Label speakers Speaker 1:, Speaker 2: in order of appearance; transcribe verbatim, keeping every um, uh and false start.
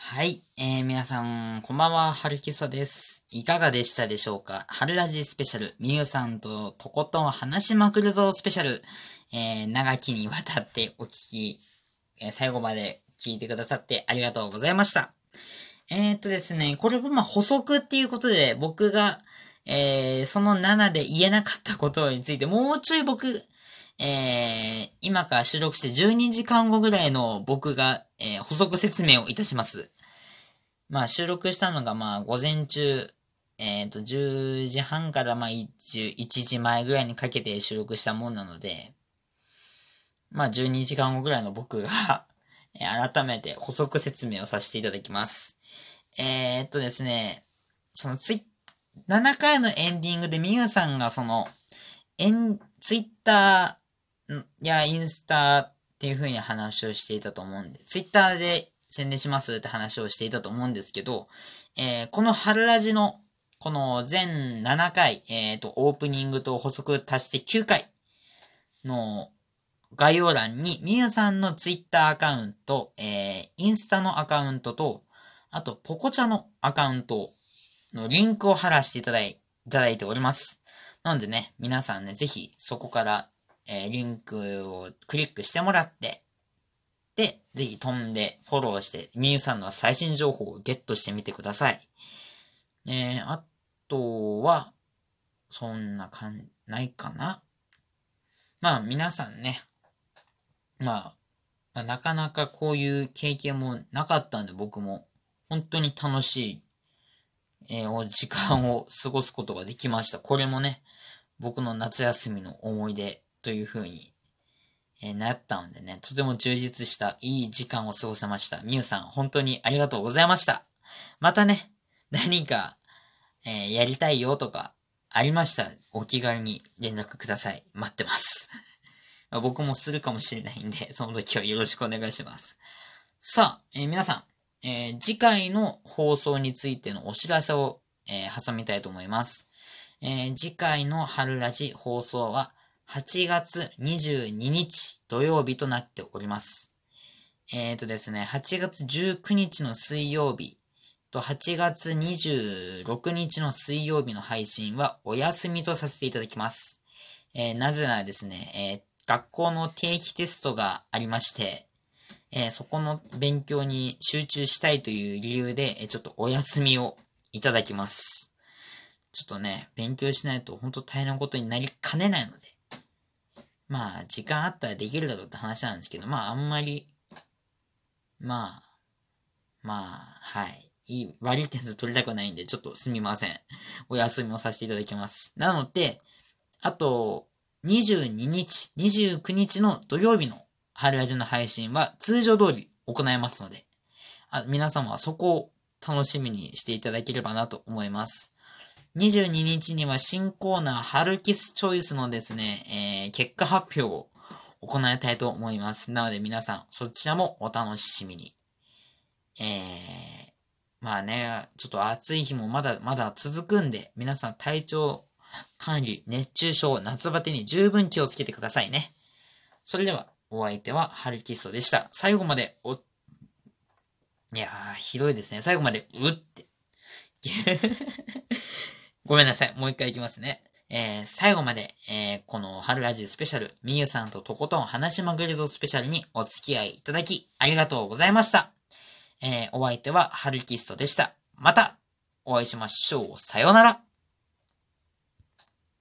Speaker 1: はい、えー、皆さん、こんばんは、はるきそです。いかがでしたでしょうか？春ラジスペシャル、みゆさんととことん話しまくるぞスペシャル、えー、長きにわたってお聞き、えー最後まで聞いてくださってありがとうございました。えーっとですね、これもまあ補足っていうことで、僕が、えー、そのななで言えなかったことについて、もうちょい僕、えー、今から収録してじゅうにじかんごぐらいの僕が、えー補足説明をいたします。まあ収録したのがまあ午前中、えっと、じゅうじはんからまあいち、いちじまえぐらいにかけて収録したもんなので、まあじゅうにじかんごぐらいの僕がえー改めて補足説明をさせていただきます。えーっとですね、そのツイななかいのエンディングでみゆさんがその、エン、ツイッターやインスタっていう風に話をしていたと思うんで、ツイッターで宣伝しますって話をしていたと思うんですけど、えー、この春ラジの、この全ななかい、えっ、と、オープニングと補足足してきゅうかいの概要欄に、みゆさんのツイッターアカウント、えー、インスタのアカウントと、あと、ポコチャのアカウントのリンクを貼らせていただい、いただいております。なのでね、皆さんね、ぜひそこから、えー、リンクをクリックしてもらって、で、ぜひ飛んでフォローして、みゆさんの最新情報をゲットしてみてください。えー、あとは、そんなかん、ないかな。まあ、皆さんね、まあ、なかなかこういう経験もなかったんで、僕も、本当に楽しい、えー、時間を過ごすことができました。これもね、僕の夏休みの思い出という風に、えーなったのでね、とても充実したいい時間を過ごせました。みゆさん、本当にありがとうございました。またね、何か、えーやりたいよとか、ありましたら、お気軽に連絡ください。待ってます。まあ僕もするかもしれないんで、その時はよろしくお願いします。さあ、えー皆さん、えー次回の放送についてのお知らせを、えー挟みたいと思います。えー次回の春ラジ放送ははちがつにじゅうににち土曜日となっております。えっとですね、はちがつじゅうくにちの水曜日とはちがつにじゅうろくにちの水曜日の配信はお休みとさせていただきます。えーなぜならですね、えー学校の定期テストがありまして、えーそこの勉強に集中したいという理由で、えーちょっとお休みをいただきます。ちょっとね、勉強しないと本当大変なことになりかねないので、まあ、時間あったらできるだろうって話なんですけど、まあ、あんまり、まあ、まあ、はい。いい、悪い点数取りたくないんで、ちょっとすみません。お休みをさせていただきます。なので、あと、にじゅうににち、にじゅうくにちの土曜日の春ラジの配信は通常通り行いますので、あ皆様はそこを楽しみにしていただければなと思います。にじゅうににちには新コーナー、春キスチョイスのですね、えー、結果発表を行いたいと思います。なので皆さん、そちらもお楽しみに。えー、まあね、ちょっと暑い日もまだまだ続くんで、皆さん体調管理、熱中症、夏バテに十分気をつけてくださいね。それでは、お相手はハルキストでした。最後までお、いやー、ひどいですね。最後まで、うって。ごめんなさい。もう一回いきますね。えー、最後まで、えー、この春ラジスペシャル、みゆさんととことん話しまくるぞスペシャルにお付き合いいただき、ありがとうございました。えー、お相手はハルキストでした。また、お会いしましょう。さようなら。